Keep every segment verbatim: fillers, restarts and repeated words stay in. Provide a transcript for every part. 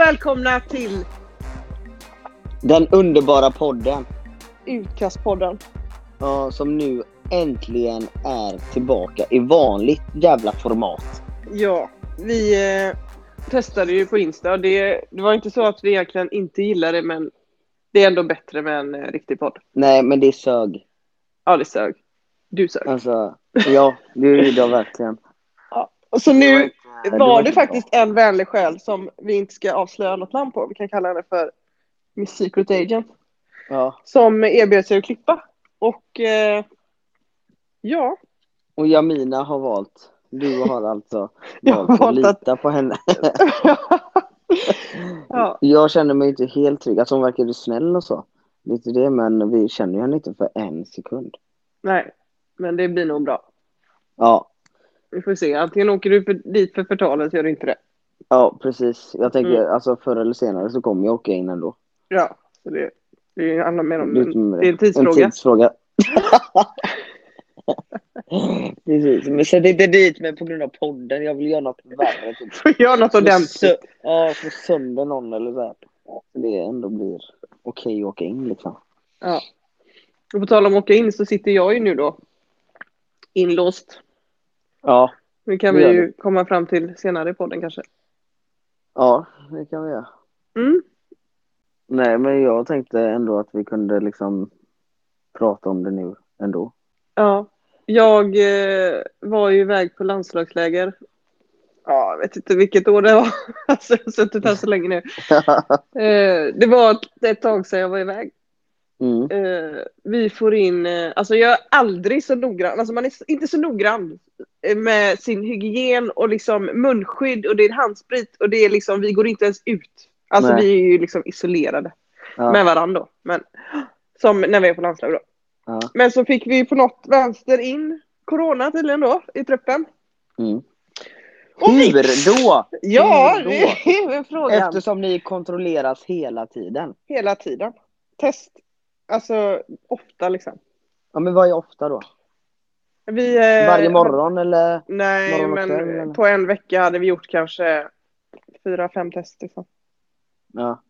välkomna till den underbara podden. Utkastpodden. Ja, som nu äntligen är tillbaka i vanligt jävla format. Ja, vi eh, testade ju på Insta. Det, det var inte så att vi egentligen inte gillade det, men det är ändå bättre med en eh, riktig podd. Nej, men det sög. Ja, det sög. Du sög. Alltså, ja, det gjorde jag verkligen. Ja. Och så nu det var, var det inte faktiskt en vänlig själ som vi inte ska avslöja något namn på. Vi kan kalla henne för Miss Secret Agent. Ja, Som erbjöd sig att klippa. Och eh, ja, och Jamina har valt. Du har alltså Jag har valt att valt att- lita på henne. ja, Jag känner mig inte helt trygg. Alltså hon verkar ju snäll och så. Lite det, men vi känner ju henne inte för en sekund. nej, men det blir nog bra. Ja, Vi får se. Antingen åker du för, dit för förtalet, gör du inte det. ja precis. Jag tänker, Mm. alltså förr eller senare så kommer jag åka in ändå. Ja, så det, det handlar mer om Lite en, med det är en tidsfråga. En tidsfråga. Precis, men så det är inte dit med på grund av podden. Jag vill göra något värre. Typ. Får göra något Slå ordentligt. sö- Ja, få sönder någon eller så här. Så det ändå blir okej att åka in liksom. Ja. Och på tal om att åka in så sitter jag ju nu då inlåst. Ja, Det kan Det vi gör ju komma fram till senare i podden kanske. ja, det kan vi göra. Mm. Nej, men jag tänkte ändå att vi kunde liksom prata om det nu ändå. Ja. Jag eh, var ju iväg på landslagsläger. Ja, jag vet inte vilket år det var. Alltså, jag har suttit här så länge nu. Eh, det var ett, ett tag sedan jag var iväg. mm. Eh, vi får in, eh, alltså jag är aldrig så noggrann, alltså man är inte så noggrann eh, med sin hygien och liksom munskydd och det är handsprit och det är liksom, vi går inte ens ut. Alltså Nej. vi är ju liksom isolerade Ja. med varandra då, men som när vi är på landslag då. Ja. Men så fick vi på något vänster in corona tydligen då i truppen. Mm. Och Hur vips! då? Ja, Hur då? det är frågan. Eftersom ni kontrolleras hela tiden. Hela tiden. Test, alltså ofta liksom. Ja, men vad är ofta då? Vi, eh, Varje morgon eller? Nej, morgon och men kväll, eller? på en vecka hade vi gjort kanske fyra, fem test. Liksom. Ja.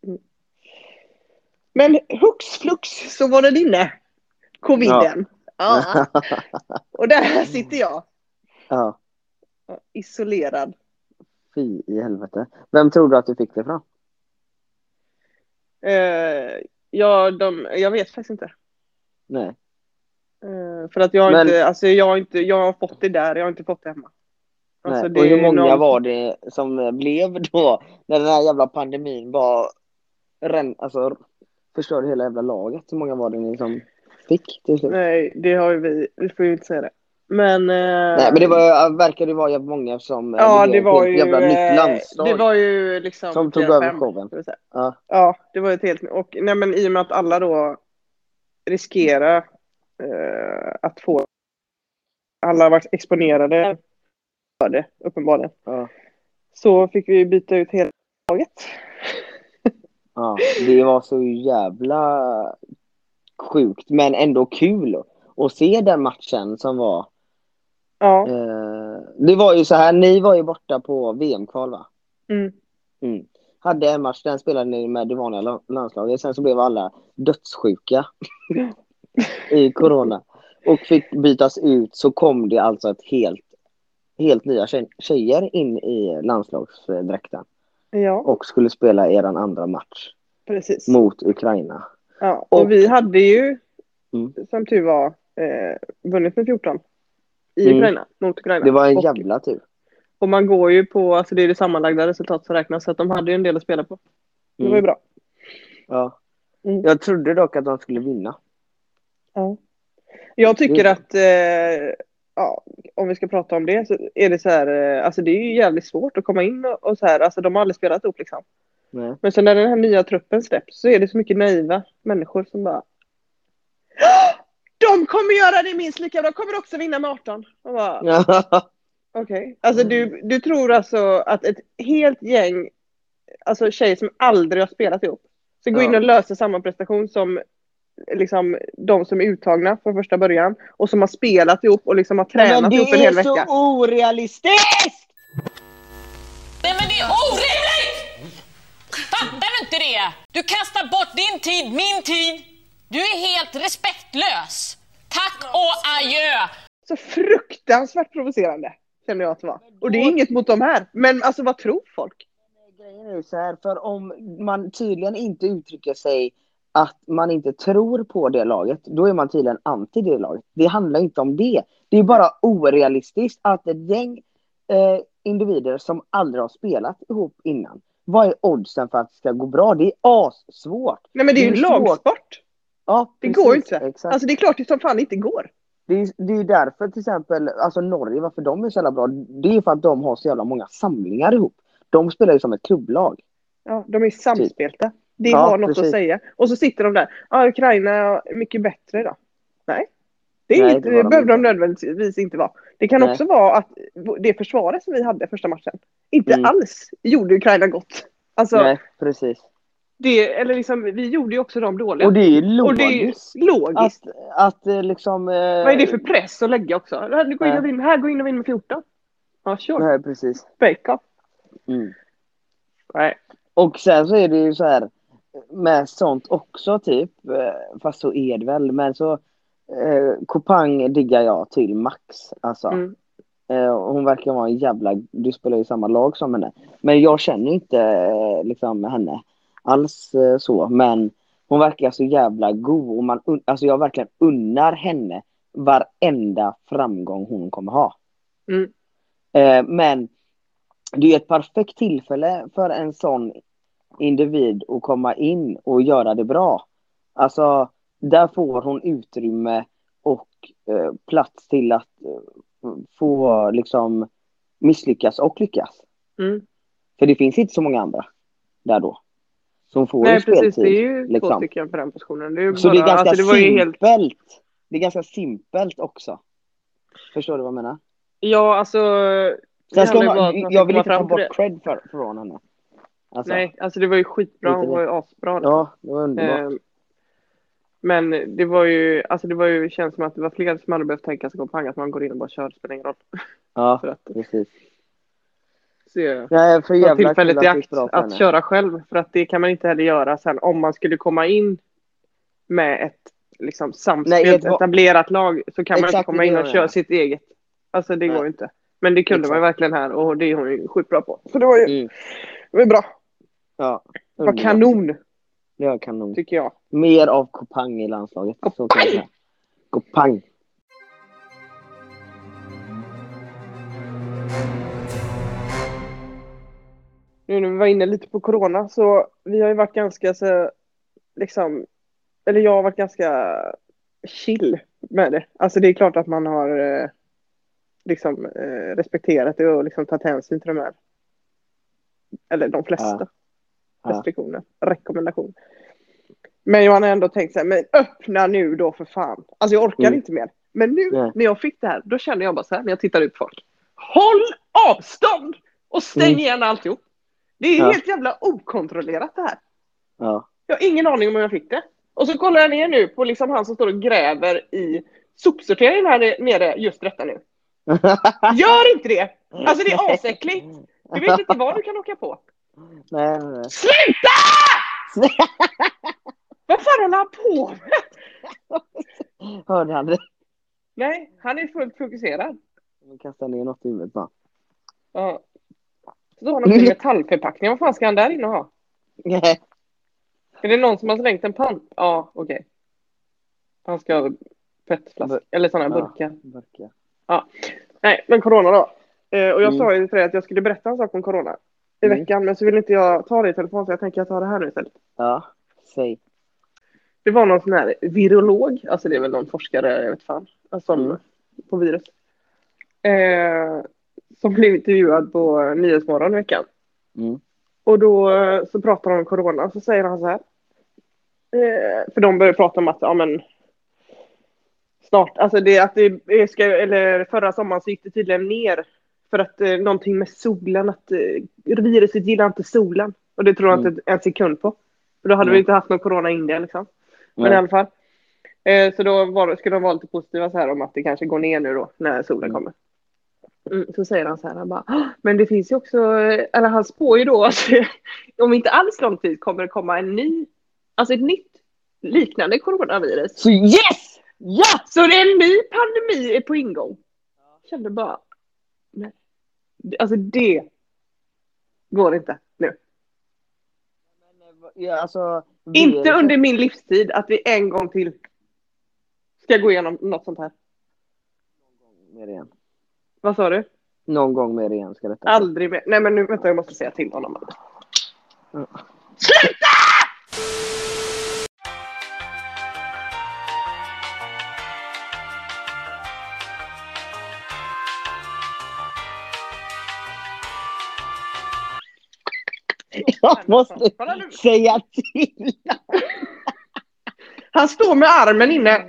Men hux flux så var den inne. Coviden. Ja. Och där sitter jag. Ja. Isolerad. Fy i helvete. Vem tror du att du fick det från? Eh, ja, de, jag vet faktiskt inte. Nej. Eh, för att jag har Men- inte, alltså jag har inte, jag har fått det där, jag har inte fått det hemma. Alltså, Nej. det Och hur är många någon- var det som blev då när den här jävla pandemin bara ren, alltså, förstörde hela jävla laget? Hur många var det ni som fick till slut? Nej, det har ju vi, vi får ju inte säga det. Men, eh, Nej, men det var, verkade ju vara jävligt många som ja, blev det var ett ju, jävla nytt eh, landslag det var ju liksom som tog fyra, över fem, showen. ska vi säga. Ja. Ja, det var ett helt, och nej, men i och med att alla då riskerar eh, att få, alla har varit exponerade för det, uppenbarligen. Ja. Så fick vi byta ut hela laget. Ja, det var så jävla sjukt, men ändå kul att se den matchen som var. Ja. Eh, det var ju så här, ni var ju borta på V M-kval va? Mm. Mm. Hade en match, den spelade ni med det vanliga la- landslaget. Sen så blev alla dödssjuka i corona och fick bytas ut. Så kom det alltså ett helt, helt nya tjej- tjejer in i landslagsdräkten Ja, och skulle spela eran andra match precis. mot Ukraina. Ja, och, och- vi hade ju, Mm. som tur var, eh, vunnit med fjorton i Mm. Ukraina, mot Ukraina. Det var en och, jävla tur. och man går ju på, alltså det är det sammanlagda resultat som räknas, så att de hade ju en del att spela på. Det var ju Mm. bra. Ja. Mm. Jag trodde dock att de skulle vinna. Ja. Jag tycker Det- att eh, ja, om vi ska prata om det så är det så här, eh, alltså det är ju jävligt svårt att komma in och, och så här, alltså de har aldrig spelat upp liksom. Nej. Men sen när den här nya truppen släpps så är det så mycket naiva människor som bara de kommer göra det minst lika bra, de kommer också vinna med arton. Och bara, okej. Okay. Alltså du, du tror alltså att ett helt gäng, alltså tjejer som aldrig har spelat ihop, så gå Ja. in och lösa samma prestation som liksom de som är uttagna från första början och som har spelat ihop och liksom har tränat ihop en hel vecka. Det är så orealistiskt! Nej men det är orimligt! det? Du kastar bort din tid, min tid. Du är helt respektlös. Tack och adjö. Så fruktansvärt provocerande känner jag att det var. Och det är inget mot de här. Men alltså vad tror folk? Grejen är så här, för om man tydligen inte uttrycker sig att man inte tror på det laget, då är man tydligen anti det laget. Det handlar inte om det. Det är bara orealistiskt att ett gäng eh, individer som aldrig har spelat ihop innan, vad är oddsen för att det ska gå bra? Det är assvårt. Nej men det är ju det är lagsport. Ja, det precis, går ju inte. Exakt. Alltså det är klart det som fan inte går. Det är, det är därför till exempel, alltså Norge, varför de är så jävla bra, det är för att de har så jävla många samlingar ihop. De spelar ju som ett klubblag. Ja, de är samspelta. Det Ja, har något precis. att säga. Och så sitter de där. Ja, Ukraina är mycket bättre då. Nej. Det, är Nej, inte, det det var de behöver de inte. nödvändigtvis inte vara. Det kan Nej. också vara att det försvaret som vi hade första matchen inte Mm. alls gjorde Ukraina gott. Alltså, Nej, precis. det, eller liksom, vi gjorde ju också dem dåliga. Och det är ju Och det är ju logiskt. logiskt. Att, att eh, liksom... Eh, Vad är det för press att lägga också? Här, gå in och Nej. vinna, här gå in och vinna med fjorton. Ja, sure. Nej, precis. Fake up. Mm. Nej. Och sen så är det ju så här med sånt också typ, eh, fast så är det väl, men så eh, Kopang diggar jag till max, alltså. Mm. Eh, hon verkar vara en jävla, du spelar ju i samma lag som henne, men jag känner inte eh, liksom henne alls eh, så, men hon verkar så jävla god och man, un- alltså jag verkligen unnar henne varenda framgång hon kommer ha. Mm. Eh, men det är ett perfekt tillfälle för en sån individ att komma in och göra det bra. Alltså, där får hon utrymme och eh, plats till att eh, få liksom misslyckas och lyckas. Mm. För det finns inte så många andra där då. Som får Nej, ju precis. speltid. Det är ju två liksom. stycken på den positionen. Det är ju Så bara, det är ganska alltså, det var ju helt... simpelt. Det är ganska simpelt också. Förstår du vad jag menar? Ja, alltså... Sen ska det man, handlar bara om att jag vill komma inte ta fram till bort det. cred för, från henne. Alltså, Nej, alltså det var ju skitbra. Lite Hon var ju asbra. ja, det var underbart. Ehm, men det var ju, alltså det var ju, känns som att det var fler som hade behövt tänka sig Kopang, att man går in och bara kör, det spelar ingen roll. Ja, för att precis. se Nej, för ta jävla tillfället kul i att det akt är bra att, för henne. köra själv. För att det kan man inte heller göra sen om man skulle komma in med ett liksom samspelt, Nej, ett va- etablerat lag, så kan man inte Exakt komma det in jag och köra menar. sitt eget. Alltså det Nej. går ju inte. Men det kunde Exakt. man ju verkligen här, och det är hon ju skitbra på. Så det var ju Mm. det var bra. Ja, Det var underbart. kanon, Det var kanon. tycker jag. Mer av Kopang i landslaget. Så kan jag säga. Kopang! Nu när vi var inne lite på corona, så vi har ju varit ganska så liksom, eller jag har varit ganska chill med det. Alltså det är klart att man har eh, liksom eh, respekterat det och liksom tagit hänsyn till de här, eller de flesta Ja. Ja. restriktioner, rekommendationer. Men jag har ändå tänkt så här, men öppna nu då för fan. Alltså jag orkar Mm. inte mer. Men nu Nej. när jag fick det här, då kände jag bara så här när jag tittar ut på folk. Håll avstånd! Och stäng Mm. igen alltihop. Det är Ja. helt jävla okontrollerat det här. Ja. Jag har ingen aning om hur jag fick det. Och så kollar jag ner nu på liksom han som står och gräver i sopsorteringen här nere just detta nu. Gör inte det! Alltså det är asäckligt. Du vet inte vad du kan åka på. Nej, nej, nej. Sluta! Vad fan håller han på med? Hörde han det? Nej, han är fullt fokuserad. Man kastar ner något i huvudet bara. Ja. Så då har han också en metallförpackning. Vad fan ska han där inne ha? Nej. Är det någon som har slängt en pant? Ja, okej. Okay. Han ska ha petflask. Eller sådana här burkar. burkar. Ja. Nej, men corona då. Eh, och jag Mm. sa ju till dig att jag skulle berätta en sak om corona i Mm. veckan. Men så vill inte jag ta det i telefon, så jag tänker att jag tar det här nu istället. Ja, säg. Det var någon sån här virolog. Alltså det är väl någon forskare, jag vet fan. Alltså Mm. på virus. Eh, som blev intervjuad på Nyhetsmorgon i veckan. Mm. Och då eh, så pratar de om corona. Så säger han så här. Eh, för de börjar prata om att ja, men snart, alltså det att det ska, eller förra sommaren så gick det tydligen ner för att eh, någonting med solen, att eh, viruset gillar inte solen, och det tror jag Mm. inte en sekund på, för då hade Mm. vi inte haft någon corona i Indien liksom. Men Nej. i alla fall eh, så då var, skulle de vara lite positiva så här om att det kanske går ner nu då när solen Mm. kommer. Mm, så säger han så här, han bara, "Åh, men det finns ju också, eller han spår ju då att om inte alls lång tid kommer det komma en ny, alltså ett nytt liknande coronavirus. Så yes! Ja! Så det är en ny pandemi är på ingång. Jag kände bara, nej. Alltså det går inte nu. Ja, alltså, Inte viruset- under min livstid att vi en gång till ska gå igenom något sånt här. Mer igen. Vad sa du? Någon gång mer igen ska detta. Aldrig mer. Nej men nu vänta, jag måste säga till honom. Ja. Sluta! Jag måste Kolla nu. säga till. Han står med armen inne.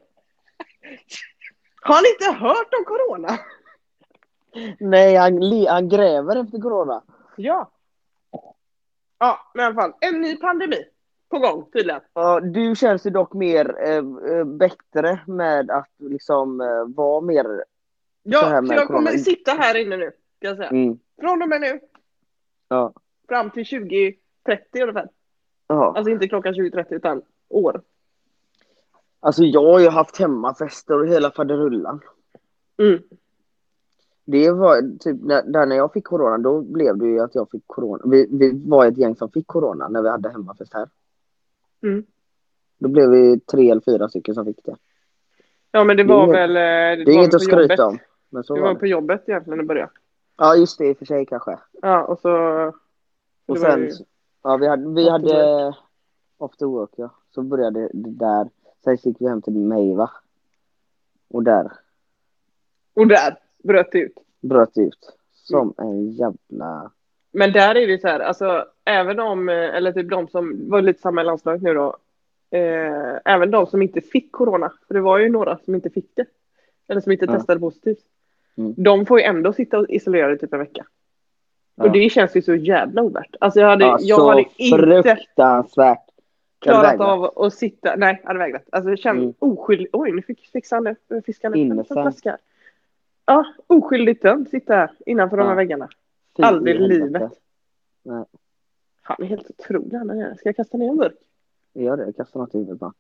Har ni inte hört om corona? Nej, han, li- han gräver efter corona. Ja. Ja, men i alla fall. En ny pandemi på gång tydligen. Ja, du känns ju dock mer eh, eh, bättre med att liksom eh, vara mer... Så Ja, här så, med jag kommer corona. sitta här inne nu. Ska jag säga. Mm. Från och med nu. Ja. Fram till tjugo trettio ungefär. Ja. Alltså inte klockan tjugo trettio utan år. Alltså jag har ju haft hemmafester och hela faderullan. Mm. Det var typ när, där när jag fick corona, då blev det ju att jag fick corona. Vi, vi var ett gäng som fick corona när vi hade hemmafest här. Mm. Då blev vi tre eller fyra stycken som fick det. Ja men det Det är var inget- väl... eh, Det Det, är var inget väl att på skryta jobbet. om. Men så Det var var det. på jobbet egentligen i början. Ja, just det, i och för sig kanske. Ja och så... Och det var sen, ju- ja, vi hade, vi After hade after work, ja. Så började det där. Sen gick vi hem till mig, va? Och där Och där bröt det ut. bröt det ut. Som Mm. en jävla... Men där är det så här, alltså även om, eh, eller typ de som var lite samma i landslaget nu då, eh, även de som inte fick corona, för det var ju några som inte fick det, eller som inte Ja. testade positivt, Mm. de får ju ändå sitta och isolera i typ en vecka. Ja. Och det känns ju så jävla ovärt. Alltså jag hade, Ja, jag så hade inte fruktansvärt. Jag hade klarat vägrat. av att sitta, nej jag hade vägrat. Alltså jag kände Mm. oskyldig, oj nu fick fixade han det, fiskade en Innocent. flaska. Ja, oskyldigt dömd, sitta här innanför de här Ja. väggarna. Fy Aldrig i helvete. livet. Nej, Han är helt otrolig han är. Ska jag kasta ner en burk? gör det. Kasta något i huvudet bara.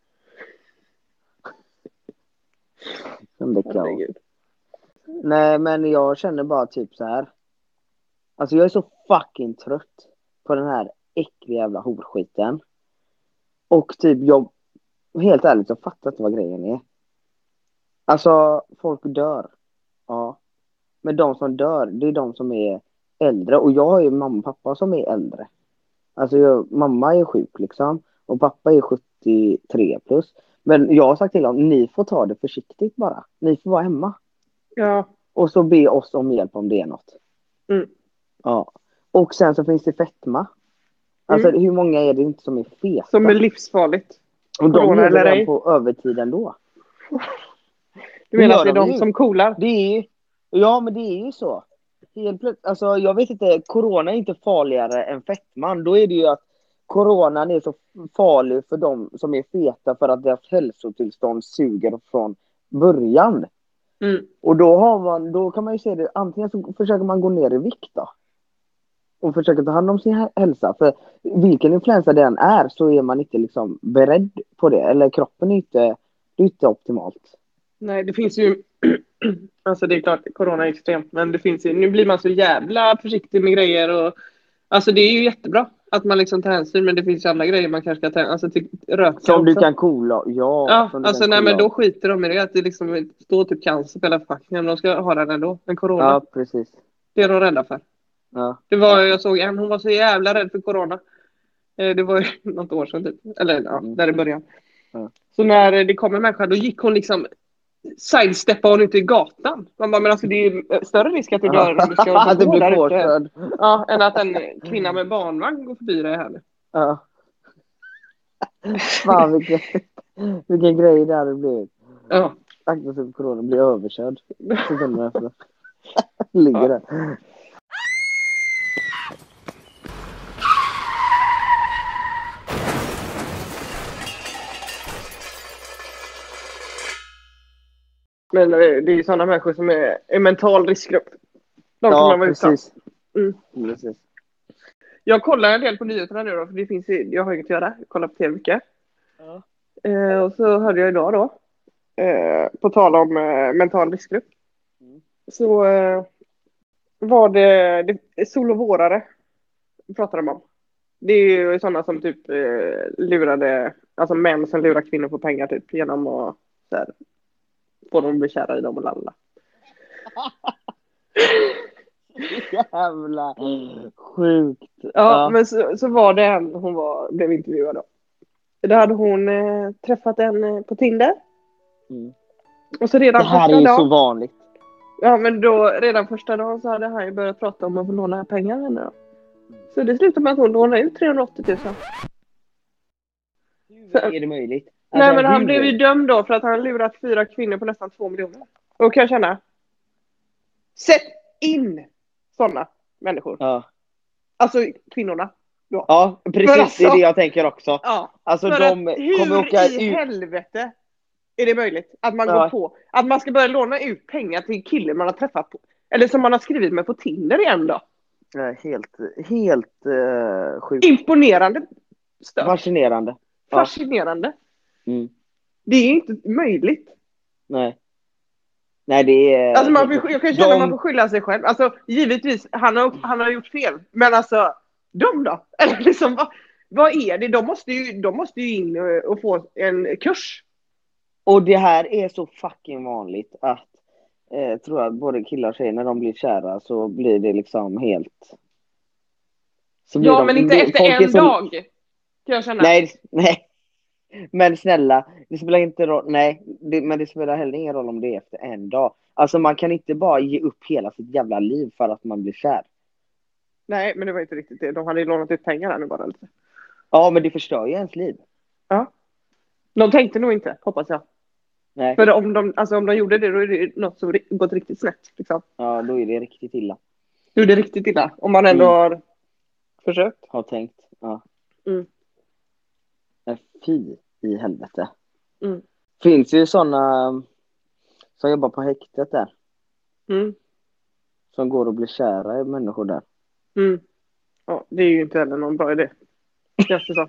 Sen däckar jag av. Herregud. Nej, men jag känner bara typ så här. Alltså jag är så fucking trött på den här äckliga jävla horskiten. Och typ jag, helt ärligt, jag fattar inte vad grejen är. Alltså, folk dör. Ja. Men de som dör, det är de som är äldre. Och jag har ju mamma och pappa som är äldre. Alltså jag, mamma är sjuk liksom. Och pappa är sjuttiotre plus. Men jag har sagt till dem, ni får ta det försiktigt bara. Ni får vara hemma. Ja. Och så be oss om hjälp om det är något. Mm. Ja. Och sen så finns det fetma. Alltså Mm. hur många är det inte som är feta? Som är livsfarligt. och de corona är eller redan ej. på övertid ändå. Du menar gör att det är de de ju. som coolar? Det är ju, ja men det är ju så. Helt plötsligt, alltså jag vet inte, corona är inte farligare än fetman. Då är det ju att coronan är så farlig för de som är feta för att deras hälsotillstånd suger från början. Mm. Och då har man, då kan man ju se det, antingen så försöker man gå ner i vikt då. Och försöker ta hand om sin hä- hälsa. För vilken influensa det än är så är man inte liksom beredd på det. Eller kroppen är inte, det är inte optimalt. Nej, det finns ju... Alltså det är klart, corona är extremt. Men det finns ju... Nu blir man så jävla försiktig med grejer. Och... Alltså det är ju jättebra att man liksom tar hänsyn. Men det finns ju andra grejer man kanske ska ta... Alltså till röka Som också. du kan coola. Ja, Ja, som du alltså kan nej coola men då av. skiter de i det. Att det liksom står typ cancer på hela förpackningen. De ska ha den ändå. Men corona, Ja, precis. det är de rädda för. Ja. Det var, jag såg en, hon var så jävla rädd för corona. Eh, Det var ju något år sedan typ. Eller ja, Mm. där i början. Ja. Så när det kom en människa, då gick hon liksom sidesteppa hon ut i gatan. Man bara, men alltså det är ju större risk att du dör om du ska Att det gå blir där ute. påkörd. Ja, än att en kvinna med barnvagn går förbi dig här nu. Ja. Fan vilken, vilken grej det hade blivit. Ja. Akta sig för corona, blir överkörd. Sekunderna efter. Ligger där. Men det är ju sådana människor som är en mental riskgrupp. De kan Ja, man vara utan. precis. Mm. precis. Jag kollar en del på nyheterna nu då, för det finns, jag har inget att göra. Jag kollar på tv mycket. Ja. Eh, och så hörde jag idag då, eh, på tal om eh, mental riskgrupp, Mm. så eh, var det, det solovårare pratar de om. Det är ju sådana som typ eh, lurade, alltså män som lurar kvinnor på pengar typ genom att så här, få dem att bli kära i dem och lalla. Jävla sjukt. Ja, Ja. men så, så var det en, hon var, blev intervjuad då. Då hade hon eh, träffat en eh, på Tinder. Mm. Och så redan Det här första är ju dagen, så vanligt. ja men då redan första dagen så hade han ju börjat prata om att få låna pengar henne då. Så det slutade med att hon lånade ut trehundraåttio tusen. Hur är det möjligt? Nej Alltså, men han hur? blev ju dömd då för att han lurat fyra kvinnor på nästan två miljoner. Och kan jag känna, sätt in sådana människor. Ja. Alltså kvinnorna. Då. Ja, precis. alltså, det är det jag tänker också. Ja, Alltså för de att hur kommer åka i ut. helvete är det möjligt att man Ja. går på att man ska börja låna ut pengar till killar man har träffat på, eller som man har skrivit med på Tinder igen då. Nej, helt helt uh, sjukt. Imponerande stört. Fascinerande. Ja. Fascinerande. Mm. Det är inte möjligt. Nej. Nej, det är... Alltså man får, jag kan känna de... att man får skylla sig själv. Alltså givetvis, han har, han har gjort fel. Men alltså, de då? Eller liksom, vad, vad är det? De måste ju, de måste ju in och, och få en kurs. Och det här är så fucking vanligt att eh, tror jag både killar och tjejer när de blir kära så blir det liksom helt... Så blir Ja, de, men inte det, efter folk är en så... dag. Kan jag känna. Nej, nej. Men snälla, det spelar inte roll. Nej, det, men det spelar heller ingen roll om det är efter en dag. Alltså man kan inte bara ge upp hela sitt jävla liv för att man blir kär. Nej, men det var inte riktigt det. De hade ju lånat ut pengar här nu bara lite. Ja, men det förstör ju ens liv. Ja. De tänkte nog inte, hoppas jag. Nej. För om de, alltså om de gjorde det, då är det något som gått riktigt snett. Liksom. Ja, då är det riktigt illa. Då är det riktigt illa. Om man ändå Mm. har försökt. Har tänkt. Ja. Mm. Men fy i helvete. Mm. Finns ju sådana som jobbar på häktet där. Mm. Som går och blir kära i människor där. Mm. Ja, det är ju inte heller någon bra idé. Känns det så.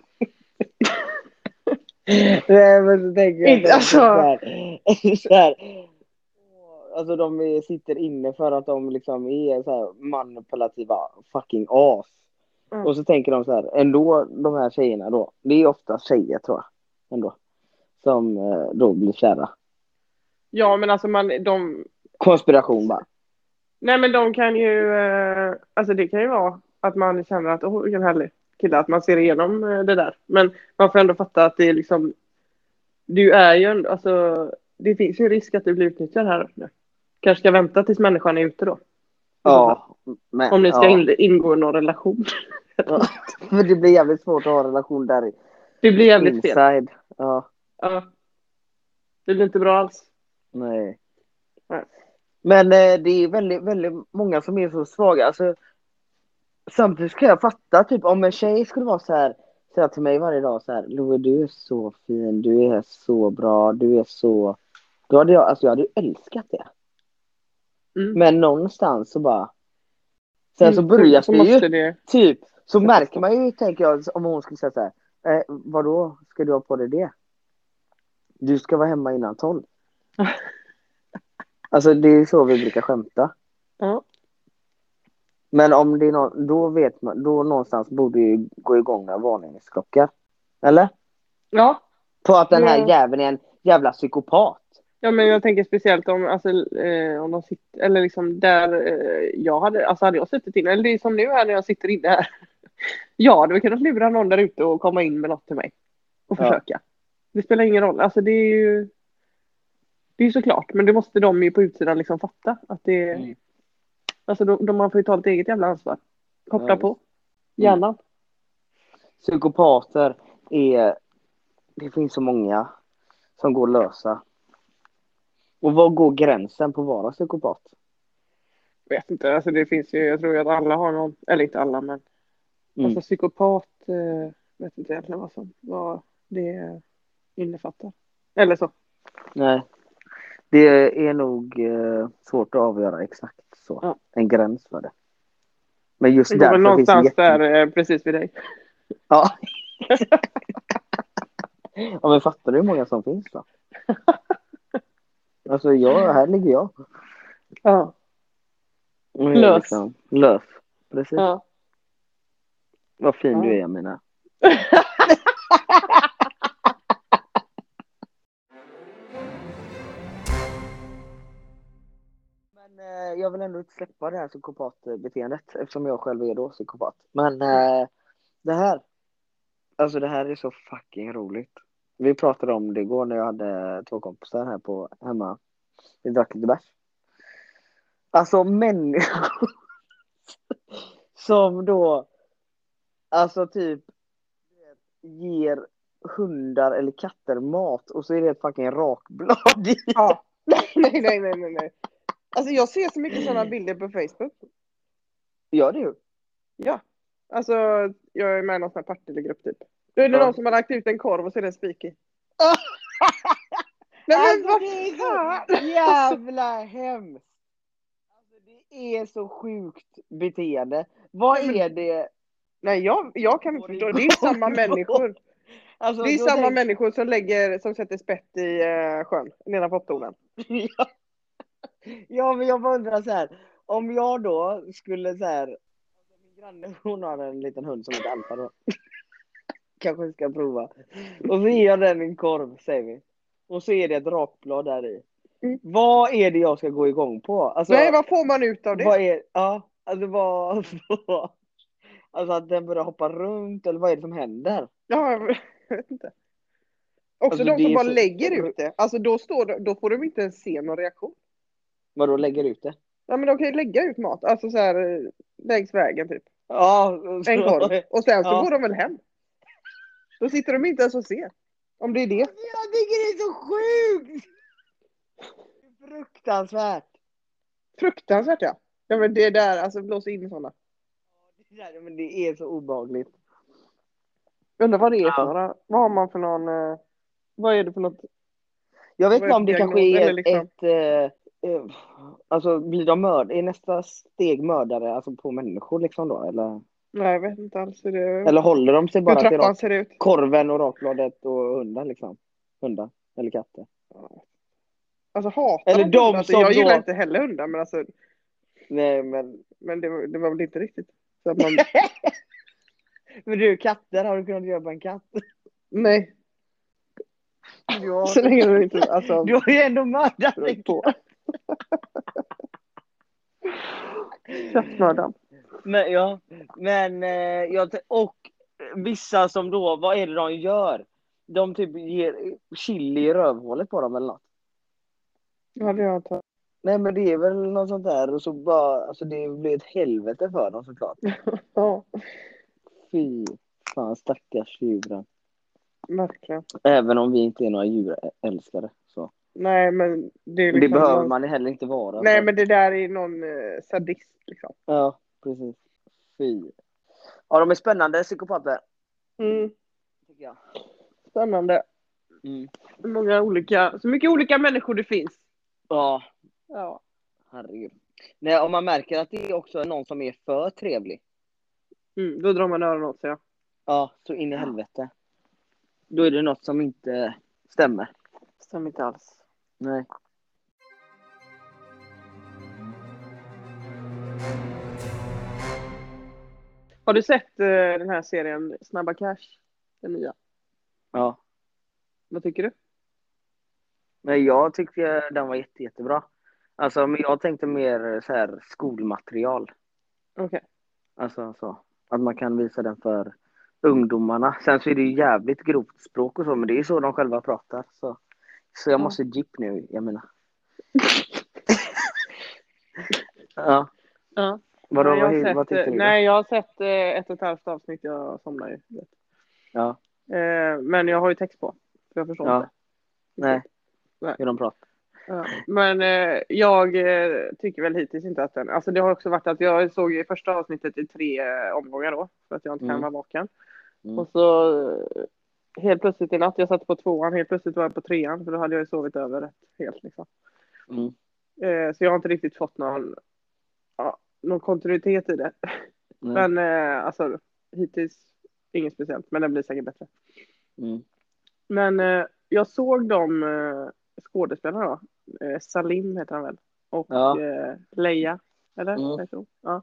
Nej, men så tänker jag Inte, alltså. så här, så här, alltså de är, sitter inne för att de liksom är så här manipulativa fucking as. Mm. Och så tänker de så här, ändå de här tjejerna då, det är ofta tjejer tror jag, ändå, som eh, då blir kära. Ja, men alltså man, de... Konspiration bara. Nej, men de kan ju... Eh, alltså det kan ju vara att man känner att åh, vilken härlig kille, att man ser igenom eh, det där. Men man får ändå fatta att det är liksom... Du är ju ändå... Alltså, det finns ju risk att du blir utnyttjad här nu. Kanske ska vänta tills människan är ute då. Ja, men, Om ni ska ja. in, ingå i någon relation. Ja, för det blir jävligt svårt att ha en relation där i. Det blir jävligt fel. Inside. Ja, Ja. Det blir inte bra alls. nej. Nej. Men eh, det är väldigt, väldigt många som är så svaga. Alltså, samtidigt kan jag fatta, typ om en tjej skulle vara så här, säga till mig varje dag så här, Louie, du är så fin, du är så bra, du är så... Då hade jag, alltså jag hade ju älskat det. Mm. Men någonstans så bara... Sen så Mm, börjar så det ju, måste det... typ, så sätta märker stopp. man ju, tänker jag, om hon skulle säga så här, eh, vadå, ska du ha på dig det? Du ska vara hemma innan tolv. Alltså det är så vi brukar skämta. Ja. Men om det är någon, då vet man, då någonstans borde ju gå igång några varningsklockor. Eller? Ja. På att den här Mm. jäveln är en jävla psykopat. Ja, men jag tänker speciellt om, alltså, eh, om de sitter, eller liksom där eh, jag hade, alltså hade jag suttit inne, eller det är som nu här när jag sitter inne här. Ja, det var kunnat lura någon där ute och komma in med något till mig. Och Ja. försöka. Det spelar ingen roll, alltså det är ju, det är ju såklart, men det måste de ju på utsidan liksom fatta. Att det, Mm. alltså de, de man får ju ta ett eget jävla ansvar. Koppla Ja. på. Hjärnan. Psykopater är, det finns så många som går lösa. Och vad går gränsen på att vara psykopat? Vet inte, alltså det finns ju, jag tror ju att alla har någon, eller inte alla, men Mm. alltså psykopat, eh, vet inte egentligen vad som, vad det innefattar. Eller så. Nej. Det är nog eh, svårt att avgöra exakt så. Ja. En gräns för det. Men just Det går väl därför finns det någonstans jätte... där eh, precis vid dig. Ja. Ja, men fattar du hur många som finns då? Alltså, jag, här ligger jag. Ja. Och är Lös. Liksom, lös. Precis. Ja. Vad fin Ja. du är, jag menar. Men eh, jag vill ändå inte släppa det här psykopatbeteendet eftersom jag själv är då psykopat. Men eh, det här, alltså det här är så fucking roligt. Vi pratade om det igår när jag hade två kompisar här på hemma. Vi drack lite bärs. Alltså människor som då, alltså typ ger hundar eller katter mat och så är det ett fucking rakblad i. Ja. Nej, nej, nej, nej, nej. Alltså jag ser så mycket sådana bilder på Facebook. Ja, det är ju. Ja. Alltså jag är med i någon sån här Partille-grupp typ. Då är det Ja. någon som har lagt ut en korv och så är det en spik i. Nej men Alltså, vad det är fan? så jävla hemskt. Alltså, det är så sjukt beteende. Vad Ja, men- är det? Nej jag, jag kan inte förstå. Det är ju samma människor. Alltså, Det är då samma tänk- människor som lägger, som sätter spett i uh, sjön nedanför poptonen. ja. ja, men jag bara undrar så här. Om jag då skulle så här. Alltså, min granne, hon har en liten hund som heter Alfa då. Kanske ska prova. Och så ger jag den en korv, säger vi. Och så är det ett rakblad där i. Mm. Vad är det jag ska gå igång på? Alltså, Nej vad får man ut av det? vad är, ja, alltså vad, alltså att den börjar hoppa runt eller vad är det som händer? Ja, jag vet inte. Också Alltså, de det som är bara så- lägger ut det. Alltså då, står, då får de inte ens se någon reaktion. Vadå lägger ut det? Ja men de kan ju lägga ut mat. Alltså så här eh, längs vägen typ. Ja, En korv. Och sen så Ja. går de väl hem. Då sitter de inte ens och ser. Om det är det. Jag tycker det är så sjukt! Det är fruktansvärt. Fruktansvärt ja. Ja men det där, alltså blåsa in sådana. Det där, men det är så obehagligt. Undrar vad det är för Ja. några. Vad har man för någon. Eh, vad är det för något? Jag vet Vad är inte det om det för kanske diagnos? är Eller liksom- ett... Eh, eh, alltså blir de mörd? Är nästa steg mördare alltså på människor liksom då? Eller, Nej jag vet inte alls hur det eller håller de sig hur bara till trappan rak, ser ut. korven och rakbladet och hundar liksom? Hundar eller katter? Alltså hatar Eller de de hundar? Alltså, som jag gillar då- inte heller hundar men alltså. Nej men... Men det, var- det var väl inte riktigt. Så att man, Men du, katter, har du kunnat göra på en katt? nej. Ja. Så länge de inte. Alltså. Du har ju ändå mördat en på. katt. Kattmördaren. Men, ja, men eh, jag, t- och vissa som då, vad är det de gör? De typ ger chili i rövhålet på dem eller något. Ja det har jag tagit. Nej men det är väl något sånt där och så bara, alltså det blir ett helvete för dem såklart. Ja, Fy fan stackars djuren. verkligen. Även om vi inte är några djurälskare så. Nej men det är liksom Det behöver någon, man heller inte vara. nej så. men det där är någon eh, sadist liksom. Ja, precis. Fy. Ja, de är spännande psykopater, Mm, tycker jag. spännande. Mm. Så många olika, så mycket olika människor det finns. Ja, Ja. herregud. Nej, om man märker att det är också någon som är för trevlig. Mm, då drar man öronen åt sig. Ja. Ja, så in i helvete. Då är det något som inte stämmer. Stämmer inte alls. Nej. Har du sett eh, den här serien Snabba Cash? Den nya. Ja. Vad tycker du? Men jag tyckte den var jätte, jättebra. Alltså, men jag tänkte mer så här skolmaterial. Okej. Alltså så. Att man kan visa den för ungdomarna. Sen så är det ju jävligt grovt språk och så. Men det är så de själva pratar. Så, så jag Ja. måste jeep nu, jag menar. Ja. Ja. Vadå, Nej, jag vad, har sett, vad tyckte du då? nej, jag har sett eh, ett och ett halvt avsnitt. Jag somnar ju. Ja. Eh, men jag har ju text på. Så jag förstår Ja. inte. Nej. Nej. Hur de pratar. Ja. Men eh, jag eh, tycker väl hittills inte att den. Alltså det har också varit att jag såg i första avsnittet i tre eh, omgångar då. För att jag inte kan Mm. vara vaken. Mm. Och så eh, helt plötsligt i natt. Jag satt på tvåan. Helt plötsligt var jag på trean. För då hade jag ju sovit över rätt helt liksom. Mm. Eh, så jag har inte riktigt fått någon, ja, någon kontinuitet i det. Nej. Men eh, alltså hittills inget speciellt, men det blir säkert bättre. Mm. Men eh, jag såg de eh, skådespelarna då. Eh, Salim heter han väl. Och Ja. eh, Leia, eller? Mm. Jag tror. Ja.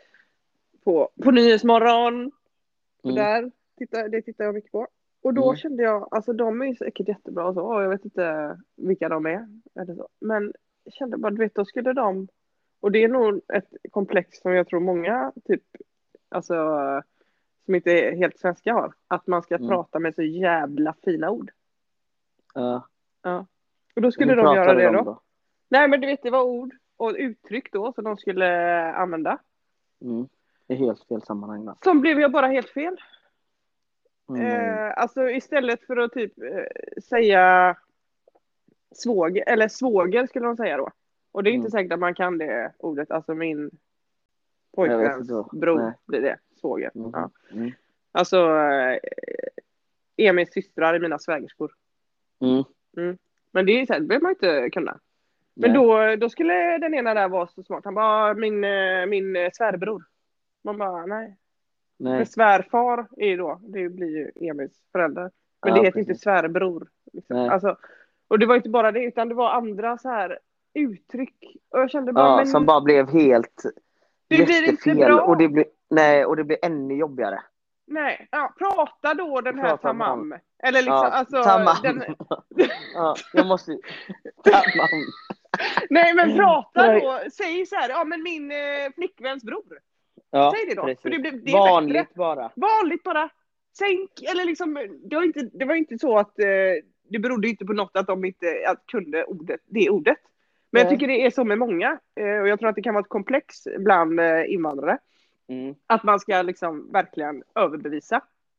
På, på Nyhetsmorgon. Och Mm. där tittar, det tittar jag mycket på. Och då Mm. kände jag, alltså de är ju säkert jättebra och så. Jag vet inte vilka de är. Eller så. Men jag kände bara, du vet, då skulle de... Och det är nog ett komplex som jag tror många, typ, alltså, som inte är helt svenska har. Att man ska Mm. prata med så jävla fina ord. Ja. Ja. Och då skulle Hur de göra pratade det de då. då? Nej, men du vet, det var ord och uttryck då som de skulle använda. Mm. I helt fel sammanhang då. Som blev jag bara helt fel. Mm. Eh, alltså istället för att typ eh, säga svåger, eller svåger skulle de säga då. Och det är Mm. inte säkert att man kan det ordet. Alltså min Jag vet pojkväns inte då. bror Nej. blir det. Svåger. Mm. Ja. Mm. Alltså eh, Emils systrar är mina svägerskor. Mm. Mm. Men det är så här, det behöver man inte kunna. Men Nej. då, då skulle den ena där vara så smart. Han bara, min, eh, min eh, svärbror. Man bara, nej. För Nej. svärfar är ju då, det blir ju Emils föräldrar. Men Ja, det heter precis. inte svärbror. Liksom. Nej. Alltså, och det var inte bara det, utan det var andra så här uttryck. Och jag kände bara, Ja, men som bara blev helt det blir inte jättefel. bra. Och det blir, nej, och det blir ännu jobbigare. Nej, ja, prata då den här Prata tamam. Eller liksom, Ja, alltså. tamam. Den... Ja, jag måste... Tamam. Nej, men prata Nej. då. Säg så här, ja men min eh, flickväns bror. Ja, Säg det då, precis. för det blir- det är Vanligt bättre. bara. Vanligt bara. Sänk, eller liksom, det var inte, det var inte så att eh, det berodde inte på något att de inte att kunde ordet, det ordet. Men jag Nej. tycker det är så med många. Eh, och jag tror att det kan vara ett komplex bland eh, invandrare. Mm. Att man ska liksom verkligen överbevisa.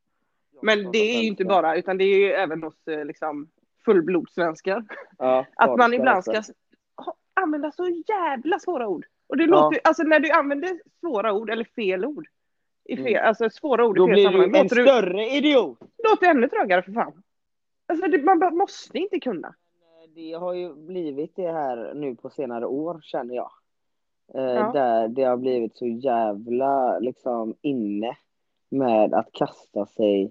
Men det är ju inte bara, utan det är ju även hos eh, liksom fullblodssvenskar. Ja, Att man ibland också. ska ha- använda så jävla svåra ord. Och det Ja. låter, alltså när du använder svåra ord eller fel ord. I fel, Mm. Alltså svåra ord Då i fel blir sammanhang. du en Låter du, större idiot. låter ännu trögare för fan. Alltså det, man bara måste inte kunna. Det har ju blivit det här nu på senare år, känner jag. Eh, Ja. Där det har blivit så jävla liksom inne med att kasta sig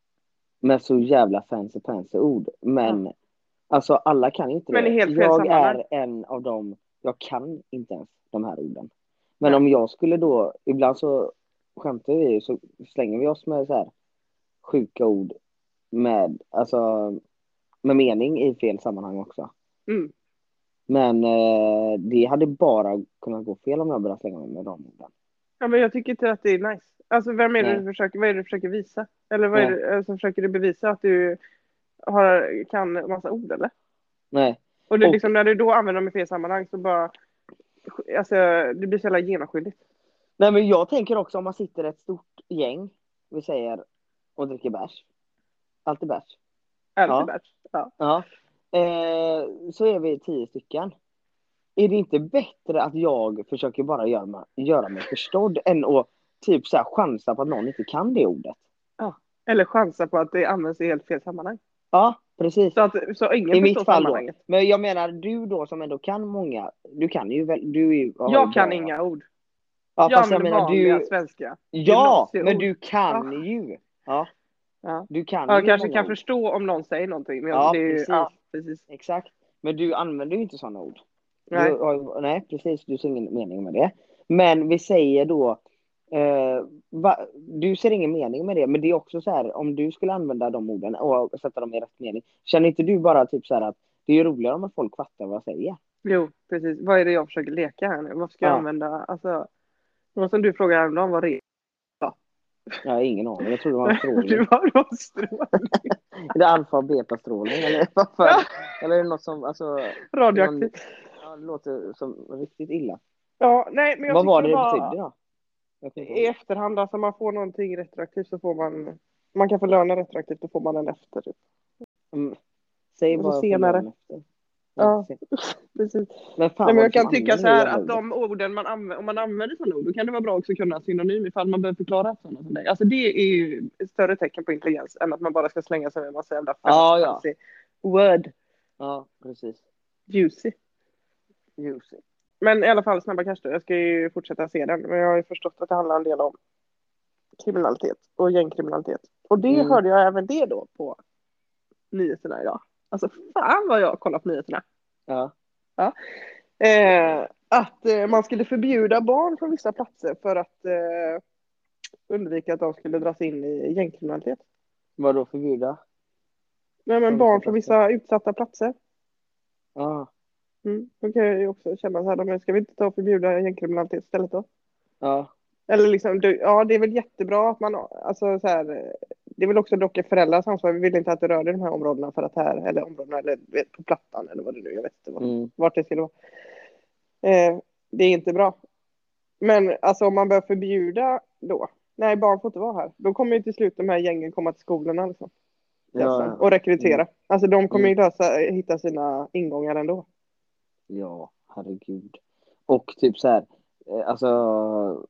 med så jävla fancy fancy ord. Men alltså alla kan inte Men det. i helt fel Jag sammanhang. är en av dem. Jag kan inte ens de här orden. Men Nej. om jag skulle då, ibland så skämtar vi ju, så slänger vi oss med så här sjuka ord med, alltså, med mening i fel sammanhang också. Mm. Men eh, det hade bara kunnat gå fel om jag började slänga mig med de orden. Ja, men jag tycker inte att det är nice. Alltså vem är det Nej. du försöker, vad är det du försöker visa? Eller vad är Nej. det, alltså, försöker du bevisa att du har, kan en massa ord eller? Nej. Och, det, är Och- liksom, när du då använder dem i fel sammanhang så bara, alltså det blir så jävla genomskinligt. Nej, men jag tänker också om man sitter ett stort gäng, vi säger, och dricker bärs. Alltid bärs. Ärligt Ja. värt. Ja. Ja. Eh, så är vi tio stycken. Är det inte bättre att jag försöker bara göra mig, göra mig förstådd än att typ så här chansa på att någon inte kan det ordet? Eller chansa på att det används i helt fel sammanhang. Ja, precis. Så att så ingen I förstår mitt fall då. sammanhanget. Men jag menar, du då som ändå kan många, du kan ju väl, du är ju, har ju Jag kan bra- inga ord. Ja, Jag fast jag använder menar vanliga du, svenska. ja, gymnasieord. men du kan ju. Ja, Ja. du kan Ja, jag ju kanske många kan ord. förstå om någon säger någonting. Men Ja, det är ju, precis. ja, precis. Exakt. Men du använder ju inte sådana ord. Nej. Du, har ju- nej, precis. Du ser ingen mening med det. Men vi säger då, eh, va, du ser ingen mening med det. Men det är också så här, om du skulle använda de orden och sätta dem i rätt mening. Känner inte du bara typ så här att det är roligare om folk fattar vad jag säger? Jo, precis. Vad är det jag försöker leka här nu? Vad ska jag Ja. använda? Alltså, något som du frågade häromdagen var det. Jag har ingen aning. Jag tror det var en strålning. Du var, du var strålning. Är det alfa och beta-strålning? Eller, varför? Ja. Eller är det något som, alltså, Radioaktivt. ja, det låter som riktigt illa. Ja, nej, men jag Vad var det tyckte det bara- betydde då? Jag kommer inte I ihåg. efterhand, alltså man får någonting retroaktivt så får man, man kan få löna retroaktivt, då får man den efter. Typ. Mm. Säg Och vad jag får senare. göra efter. Ja. Precis. Men fan, Nej, men jag vad kan fan tycka använder så här det att jävla de orden man använder, om man använder sådana ord, då kan det vara bra också att kunna synonym ifall man behöver förklara sådana som dig. Alltså det är ju ett större tecken på intelligens än att man bara ska slänga sig med en massa jävla Ja, ja. fancy word Ja, precis. juicy. Juicy. Men i alla fall Snabba Cash då. Jag ska ju fortsätta se den. Men jag har ju förstått att det handlar en del om kriminalitet och gängkriminalitet. Och det Mm. hörde jag även det då på nyheterna idag. Alltså fan vad jag kollar på nyheterna. Ja. Ja. Eh, att eh, man skulle förbjuda barn från vissa platser för att eh, undvika att de skulle dras in i gängkriminalitet. Vad då förbjuda? Nej, men Från barn vissa från platser? vissa utsatta platser. Ja. Mm. Då kan jag ju också känna så här, men ska vi inte ta och förbjuda gängkriminalitet istället då? Ja. Eller liksom, du- ja det är väl jättebra att man, alltså så här, det är väl också dock ett föräldrars ansvar. Vi vill inte att det rör i de här områdena för att här, eller områdena, eller vet, på plattan eller vad det nu, jag vet inte vad, Mm. vart det skulle vara. Eh, det är inte bra. Men alltså om man bör förbjuda då, nej barn får inte vara här. Då kommer ju till slut de här gängen komma till skolorna liksom. Ja, ja. Och rekrytera. Mm. Alltså de kommer Mm. ju lösa, hitta sina ingångar ändå. Ja, herregud. Och typ så här, eh, alltså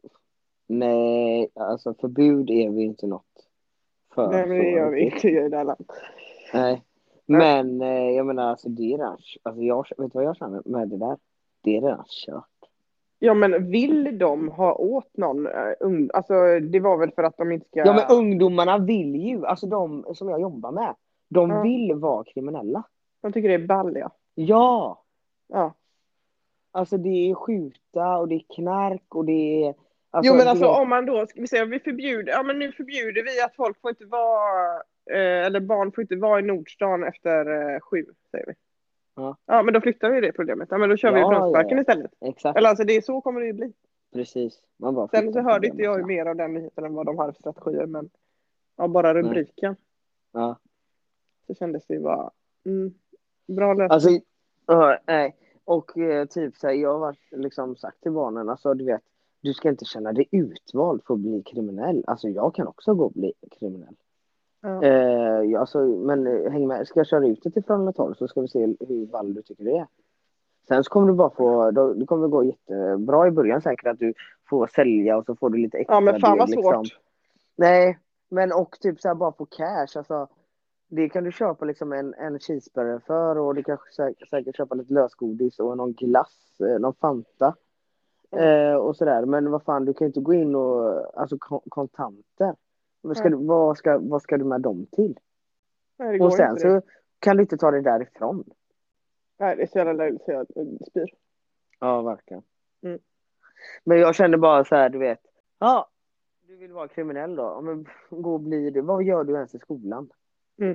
nej, alltså förbud är vi inte något för. Nej men det så gör vi riktigt. inte i det här landet. Nej. Men eh, jag menar alltså det är redan, alltså jag vet du vad jag känner med det där? Det är redan kört. Ja men vill de ha åt någon uh, ung, alltså det var väl för att de inte ska. Ja men ungdomarna vill ju, alltså de som jag jobbar med, de Ja. vill vara kriminella. De tycker det är ball ja. Ja, Ja. alltså det är skjuta och det är knark och det är alltså, Jo men du alltså vet- om man då, ska vi säga, vi förbjuder, ja men nu förbjuder vi att folk får inte vara, eh, eller barn får inte vara i Nordstan efter eh, sju, säger vi. Ja. Ja men då flyttar vi det problemet. Ja men då kör vi Ja, Brunnsparken ja. istället. Exakt, Eller alltså det är så kommer det ju bli. precis. Man bara Sen flyttar så hörde inte problemet, jag ju ja. mer av den nyheten än vad de hade för strategier, men ja, bara rubriken Ja. så kändes det ju bara mm, bra lösning. Alltså, uh, nej. Och uh, typ så här, jag har varit liksom sagt till barnen, alltså du vet, du ska inte känna dig utvald för att bli kriminell. Alltså jag kan också gå och bli kriminell. Ja. Uh, ja, alltså, men uh, häng med, ska jag köra ut det till från tolv så ska vi se hur ball du tycker det är. Sen så kommer du bara få, då, det kommer gå jättebra i början säkert att du får sälja och så får du lite extra Ja men fan vad del, svårt. liksom. Nej, men och typ så här bara få cash, alltså det kan du köpa liksom en, en cheeseburger för och du kanske säkert, säkert köpa lite lösgodis och någon glass, eh, någon Fanta eh, och sådär. Men vad fan, du kan inte gå in och, alltså kon- kontanter. Vad ska, Nej. du, vad, ska, vad ska du med dem till? Nej, det går Och sen inte det. så kan du inte ta det därifrån. Nej, det är så jävla löjligt så jag spyr. Ja, verkligen. Mm. Men jag kände bara så här, du vet. Ja, du vill vara kriminell då. Ja, men gå och bli det. Vad gör du ens i skolan? Mm.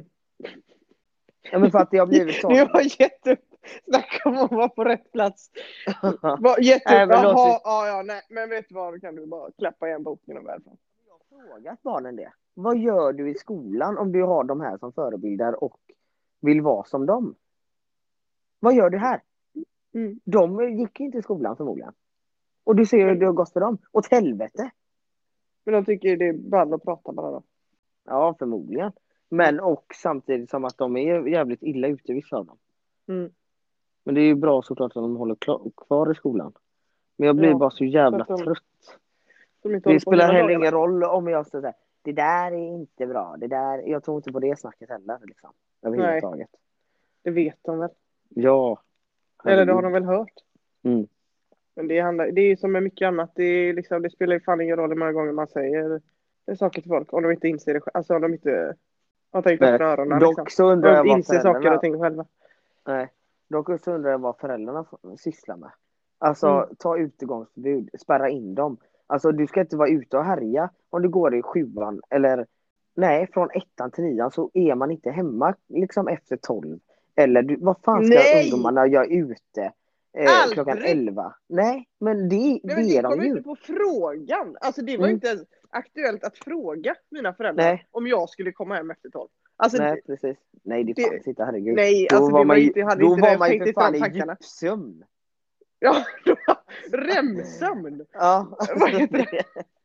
Ja, men för att det har blivit så. Du har gett upp. Snacka om att vara på rätt plats. Var, gett upp. Nej, men låt Jaha, oss- ja, ja, nej. Men vet du vad, då kan du bara klappa igen boken och välfärd. Jag har frågat barnen det. Vad gör du i skolan om du har de här som förebilder och vill vara som dem? Vad gör du här? Mm. De gick inte i skolan förmodligen. Och du ser hur Men- det har gått för dem. Åt helvete. Men de tycker det är ball att prata bara då. Ja, förmodligen. Men och samtidigt som att de är jävligt illa ute, vissa av dem. Mm. Men det är ju bra såklart att de håller klar, kvar i skolan. Men jag blir Ja, bara så jävla så att de- trött. De inte Det håller på spelar hela heller dagarna. ingen roll om jag säger det där är inte bra. Det där, jag tror inte på det snacket heller. Liksom, överhuvudtaget. Det vet de väl. Ja. Eller det har de väl hört. Mm. Men det, handlar, det är ju som med mycket annat. Det, är liksom, det spelar ju fan ingen roll hur många gånger man säger det saker till folk. Om de inte inser det själva. Alltså om de inte har tänkt Nej. öppna öronen. Dock Liksom. så undrar jag Och vad inser saker föräldrarna... och ting själva. Nej. Dock så undrar jag vad föräldrarna f- sysslar med. Alltså, Mm. ta utegångsförbud. Spärra in dem. Alltså, du ska inte vara ute och härja om du går i sjuan. Eller, nej, från ettan till nian så är man inte hemma liksom efter tolv. Eller, du, vad fan ska Nej! ungdomarna göra ute eh, Aldrig! klockan elva? Nej, men det, Nej, det men är det de kom ju. inte på frågan. Alltså det var Mm. inte ens aktuellt att fråga mina föräldrar Nej. om jag skulle komma hem efter tolv. Alltså, Nej, det, precis. Nej, det det- fanns inte, herregud. nej, Då alltså var det man var ju, inte, jag hade då inte var det, man ju tänkte för inte fan de i tankarna. djupsömn. Ja, då, remsömn. Ja, Vad heter det?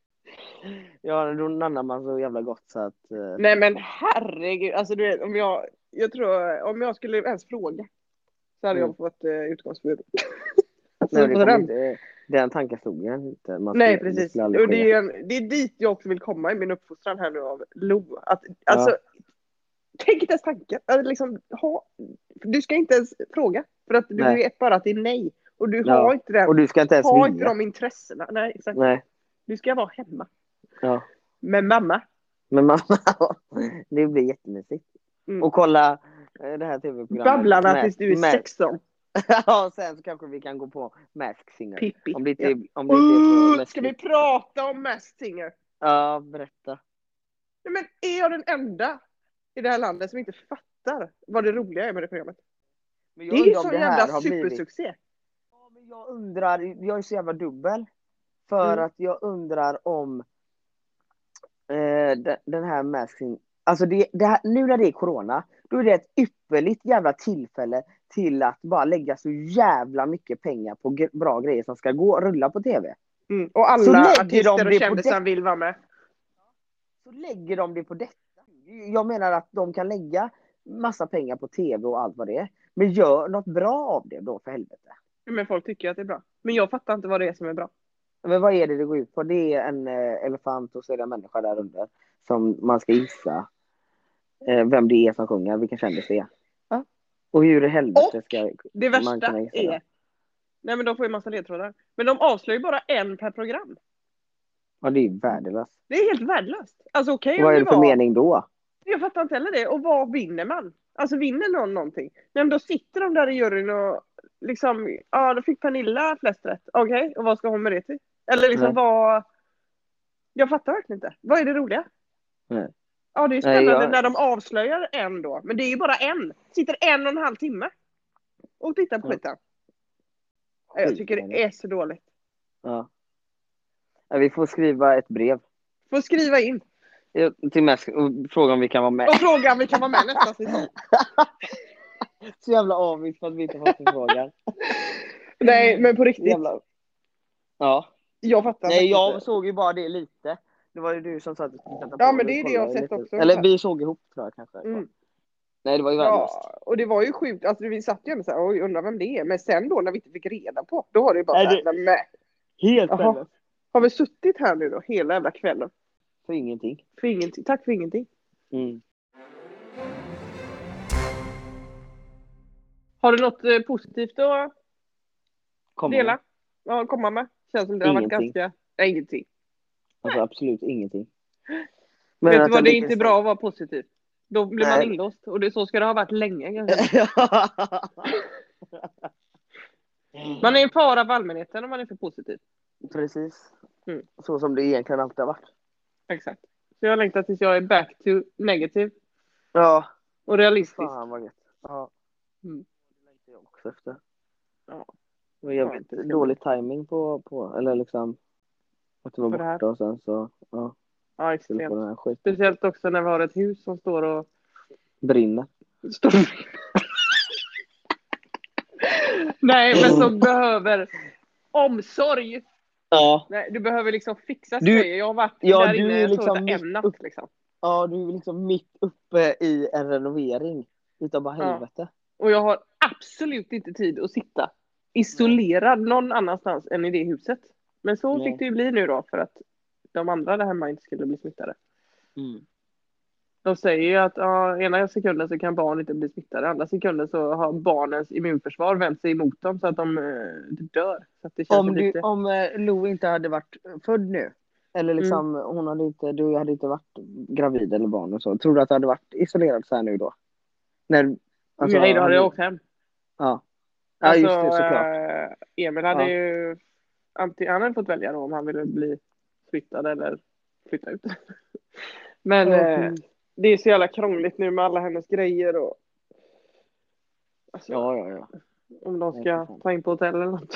Ja, då nannar man så jävla gott så att... eh, Nej men herregud, alltså du vet, om jag, jag tror, om jag skulle ens fråga så hade Mm. jag fått uh, utgångsförbud. Alltså, Nej, det på kommer den. inte, den tanken stod jag inte. Man Nej skulle- det precis, skulle aldrig och det ske. är, en, det är dit jag också vill komma i min uppfostran här nu av Lo. Att, alltså, tänk inte ens tanken. Alltså, liksom, ha, du ska inte ens fråga, för att du Nej. vet bara att det är nej. Och du Ja. har inte den. Och du ska inte ens har inte vilja. de intressena. Nej, exakt. Nej. Du ska vara hemma. Ja. Med mamma. Men mamma, det blir jättemysigt. Mm. Och kolla eh, det här tv-programmet. Babblarna Mask- tills du är Mask- sexton. Ja, sen så kanske vi kan gå på Mask Singer. Pippi. Om det inte, Ja. är- om det inte är för Uh, läskigt. ska vi prata om Masked Singer? Ja, berätta. Nej, men är jag den enda i det här landet som inte fattar vad det roliga är med det programmet? Men Det jag är ju undrar om sån det jävla här har blivit... supersuccé. Ja, men jag undrar, jag är så jävla dubbel. För Mm. att jag undrar om eh, den, den här masking. Alltså det, det här, nu när det är corona, då är det ett ypperligt jävla tillfälle till att bara lägga så jävla mycket pengar på ge- bra grejer som ska gå och rulla på tv. Mm. Och Så alla lägger de artister och det på kändisar det. vill vara med. Så lägger de det på detta. Jag menar att de kan lägga massa pengar på tv och allt vad det är. Men gör något bra av det då, för helvete. Men folk tycker att det är bra. Men jag fattar inte vad det är som är bra. Men vad är det det går ut på? Det är en eh, elefant och så är det en människa där under. Som man ska gissa eh, vem det är som sjunger, vilken kändis det är. Ja. Och hur i helvete Och ska Det man värsta kunna gissa är... det? Nej, men de får ju massa ledtrådar. Men de avslöjar ju bara en per program. Ja, det är värdelöst. Det är helt värdelöst. Alltså okej Och vad om är det det för var... mening då? Jag fattar inte heller det. Och vad vinner man? Alltså vinner någon någonting? Nej, men då sitter de där i juryn och liksom... Ja, då fick Pernilla flest rätt. Okej, och vad ska hon med det till? Eller liksom Nej. vad... Jag fattar verkligen inte. Vad är det roliga? Nej. Ja, det är Nej, spännande jag- när de avslöjar en då. Men det är ju bara en. Sitter en och en halv timme. Och tittar på Ja. skiten. Ja, jag tycker det är så dåligt. Ja. Ja, vi får skriva ett brev Får skriva in. Ja, till Mask och fråga om vi kan vara med. Och fråga om vi kan vara med nästa säsong. Så jävla avis för att vi inte fått förfrågan. Nej, men på riktigt. Jävla... Ja. Jag fattar Nej, faktiskt jag inte. såg ju bara det lite. Det var ju du som sa att du skulle sätta på. Ja, men det och är det kolla jag har sett lite. också. Eller vi såg ihop, tror jag kanske. Mm. Nej, det var ju värdelöst. Ja, och det var ju sjukt. Alltså vi satt ju med så här, oj, undrar vem det är. Men sen då när vi inte fick reda på, då var det ju bara Nej, så här, det- nej, men, Helt Jaha. värdelöst. har vi suttit här nu då hela jävla kvällen? För ingenting. För ingenting. Tack för ingenting. Mm. Har du något eh, positivt att Kommer dela? det? Ja, komma med. Känns som det har varit Ingenting. ganska... Nej, ingenting. Alltså absolut ingenting. Vet du att vad, jag det är ligger inte så- bra att vara positiv. Då blir man Nej. inlåst. Och det, så ska det ha varit länge. kanske. Man är en fara för allmänheten om man är för positiv. Precis. Mm. Så som det egentligen alltid har varit. Exakt. Så jag längtar tills jag är back to negative Ja. och realistisk. Fan vad gött. Ja. Mm. Det längtar jag också efter. Ja. Det var jävligt Ja, det ska dålig timing på, på, eller liksom att det var På det här. borta och sen så, ja, Ja, skulle få extremt. den här skiten. Speciellt också när vi har ett hus som står och... Brinner. Står... Nej, men som behöver omsorg. Ja. Nej, du behöver liksom fixa Du- grejer. Jag har varit ja, där du inne är jag liksom tror mitt en natt upp- liksom. Ja, du är liksom mitt uppe i en renovering. Utav bara Ja. helvete. Och jag har absolut inte tid att sitta isolerad någon annanstans än i det huset. Men så Nej. fick det ju bli nu då för att de andra där hemma inte skulle bli smittade. Mm. De säger ju att ja, ena sekunden så kan barn inte bli smittade. Andra sekunden så har barnens immunförsvar vänt sig emot dem så att de eh, dör. Så att det känns Om, ju du, lite... om eh, Lo inte hade varit född nu. Eller liksom, hon hade inte, du hade inte varit gravid eller barn och så. Tror du att du hade varit isolerad så här nu då? När, alltså, Nej, då hade jag du- åkt hem. Ja. Ja, Alltså, just det, såklart. eh, Emil hade Ja. ju... Antingen, han hade fått välja då om han ville bli flyttad eller flytta ut. Men Ja, eh, mm. det är så jävla krångligt nu med alla hennes grejer och... Alltså, Ja, ja, ja. om de Ja, ska för fan. ta in på hotell eller något.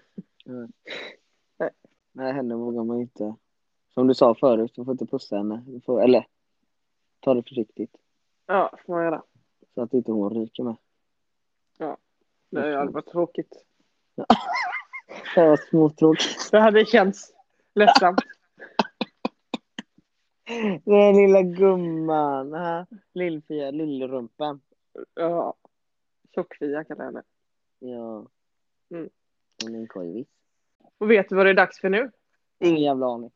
Nej, henne vågar man inte. Som du sa förut, du får inte pussa henne. Du får, eller, ta det försiktigt. Ja, får man göra. Så att inte hon ryker med. Det hade varit tråkigt. Det var småtråkigt. Det hade känts ledsamt. Den lilla gumman. Aha. Lillfia, lillrumpan. Ja. Tjockfia kallar jag henne. Ja. Mm. Hon är en kojvis. Och vet du vad det är dags för nu? Ingen jävla aning.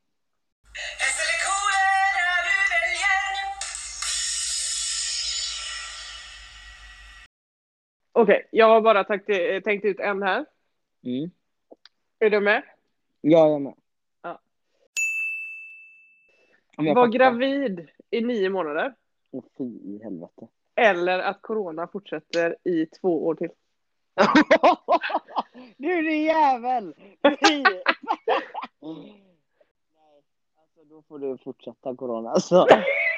Okej, jag har bara tänkt, tänkt ut en här. Mm. Är du med? Ja, jag med. Ja. Om jag Var fattar. gravid i nio månader. Åh, fy i helvete. Eller att corona fortsätter i två år till. Du, din jävel! Nej. Nej, alltså då får du fortsätta corona. Alltså.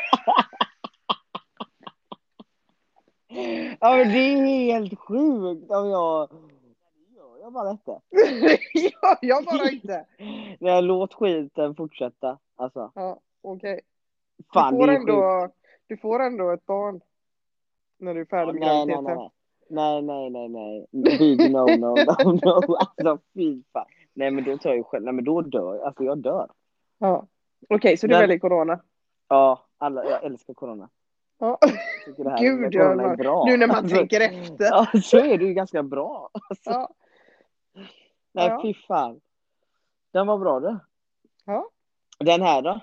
Ja, men det är helt sjukt om jag... Det gör jag bara inte. Ja, jag bara inte. Nej, låt skiten fortsätta. Alltså. Ja, okej. Fan, Du får det är ändå, sjukt. du får ändå ett barn. När du är färdig med Nej, nej, graviditeten. nej, nej, nej, nej, nej. Big no, no, no, no. Alltså, fy fan. Nej, men då tar jag ju själv. Nej, men då dör Alltså, jag dör. Ja. Okej, så du Den- väljer corona. Ja, alla, jag älskar corona. Ja. Jag tycker det här Gud, med jag corona är bara- bra. nu när man Alltså, tänker efter. Ja, så är det ju ganska bra. Alltså, Ja. nej, Ja. fy fan. Den var bra, du. Ja. Den här då?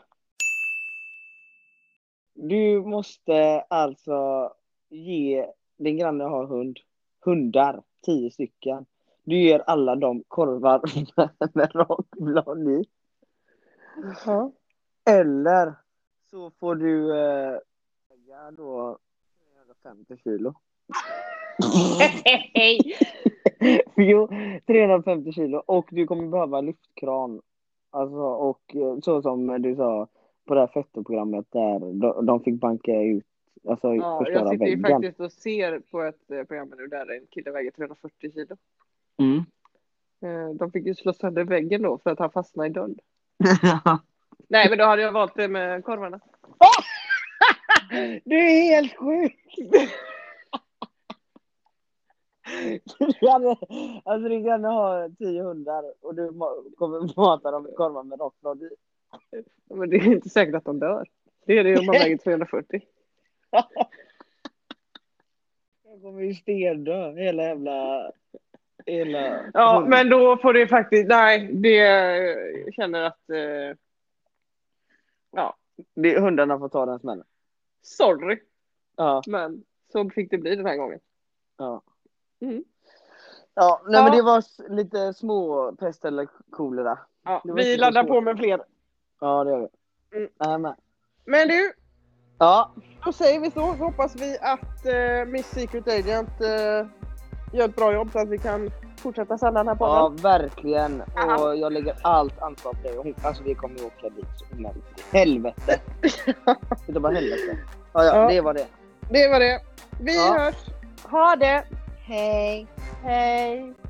Du måste alltså ge din granne har hund. Hundar, tio stycken. Du ger alla dem korvar med rakblad i. Ja. Eller så får du äh, lägga då trehundrafemtio kilo. Hej. Jo, trehundrafemtio kilo. Och du kommer behöva lyftkran. Alltså, och eh, så som du sa på det här fettoprogrammet där de, de fick banka ut, alltså Ja, förstöra jag sitter ju väggen. faktiskt och ser på ett eh, program nu där en kille väger trehundrafyrtio kilo. Mm. Eh, De fick ju slå sönder väggen då för att han fastnade i dörren. Nej, men då hade jag valt det med korvarna. Du är helt sjuk! Du hade, alltså din granne har tio hundar och du ma- kommer mata dem med korvar med rakblad i. Men det är inte säkert att de dör. Det är det om man väger trehundrafyrtio. Jag kommer ju stendö, hela jävla... Hela... Ja, men då får det faktiskt... Nej, det jag känner att... Eh, ja, Det, hundarna får ta den smällen. sorry. Ja, Men så fick det bli den här gången. ja. Mm. Ja, nej, Ja. men det var s- lite små pest eller kolera. Ja, Det var vi inte så laddar svårt. på med fler. Ja, det gör vi. Mm. Nej, men. Men du, Ja, då säger vi så. Så hoppas vi att eh, Miss Secret Agent eh, gör ett bra jobb så att vi kan fortsätta sända den här podden. ja, verkligen. Ja. Och jag lägger allt ansvar på dig. Och hon- Alltså, vi kommer ju åka dit. Så himla helvete. Det är bara helvete. Ja, ja, Ja. det var det. Det var det. Vi Ja. hörs. Ha det. Hej. Hej.